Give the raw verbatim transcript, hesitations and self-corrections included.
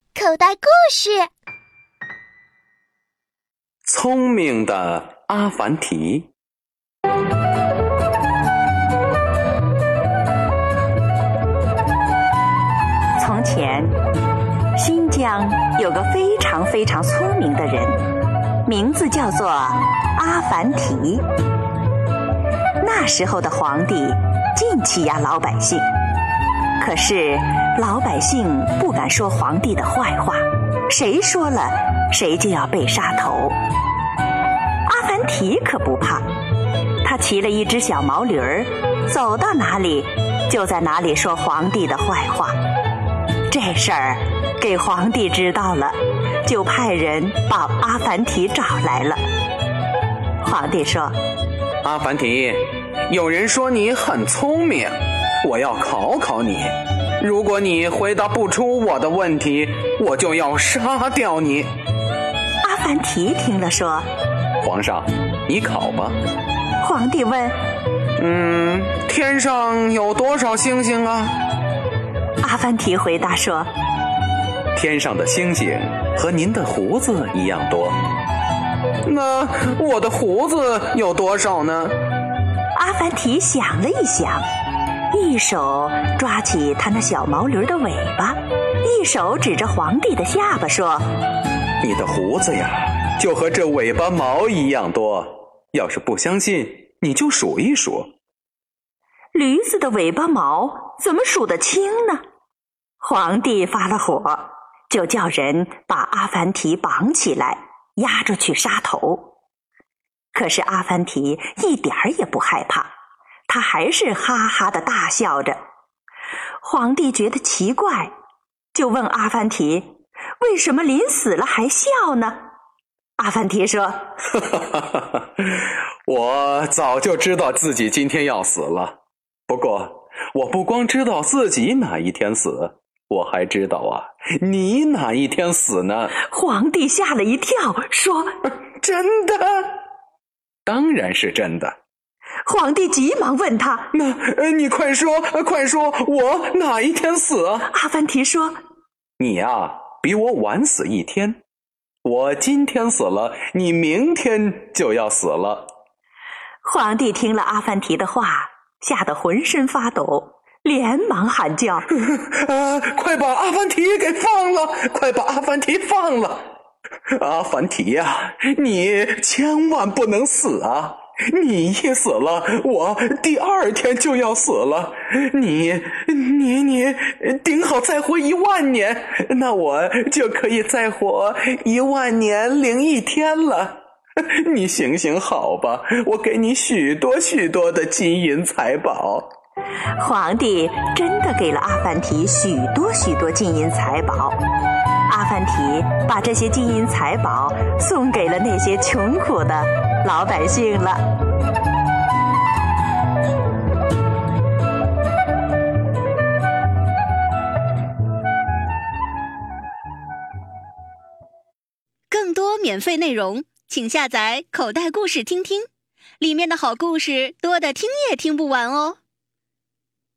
口袋故事。 聪明的阿凡提。 从前，新疆有个非常非常聪明的人，名字叫做阿凡提。那时候的皇帝尽欺压老百姓，可是老百姓不敢说皇帝的坏话，谁说了谁就要被杀头。阿凡提可不怕，他骑了一只小毛驴儿，走到哪里就在哪里说皇帝的坏话。这事儿给皇帝知道了，就派人把阿凡提找来了。皇帝说： 阿凡提，有人说你很聪明，我要考考你，如果你回答不出我的问题，我就要杀掉你。 阿凡提听了说： 皇上，你考吧。 皇帝问： 嗯，天上有多少星星啊？ 阿凡提回答说： 天上的星星和您的胡子一样多。那我的胡子有多少呢？ 阿凡提想了一想，一手抓起他那小毛驴的尾巴，一手指着皇帝的下巴说： 你的胡子呀，就和这尾巴毛一样多，要是不相信，你就数一数。 驴子的尾巴毛怎么数得清呢？皇帝发了火，就叫人把阿凡提绑起来，押着去杀头。可是阿凡提一点儿也不害怕，他还是哈哈地大笑着。皇帝觉得奇怪，就问阿凡提：为什么临死了还笑呢？阿凡提说： 我早就知道自己今天要死了，不过我不光知道自己哪一天死，我还知道啊，你哪一天死呢？ 皇帝吓了一跳，说： 真的？当然是真的。 皇帝急忙问他： 那、呃、你快说快说，我哪一天死啊？ 阿凡提说： 你呀，比我晚死一天，我今天死了，你明天就要死了。 皇帝听了阿凡提的话，吓得浑身发抖，连忙喊叫： 啊，快把阿凡提给放了，快把阿凡提放了。阿凡提呀、啊，你千万不能死啊，你一死了，我第二天就要死了。你你你顶好再活一万年，那我就可以再活一万年零一天了。你行行好吧，我给你许多许多的金银财宝。 皇帝真的给了阿凡提许多许多金银财宝。阿凡提把这些金银财宝送给了那些穷苦的老百姓了。 更多免费内容请下载口袋故事听听，里面的好故事多得听也听不完哦。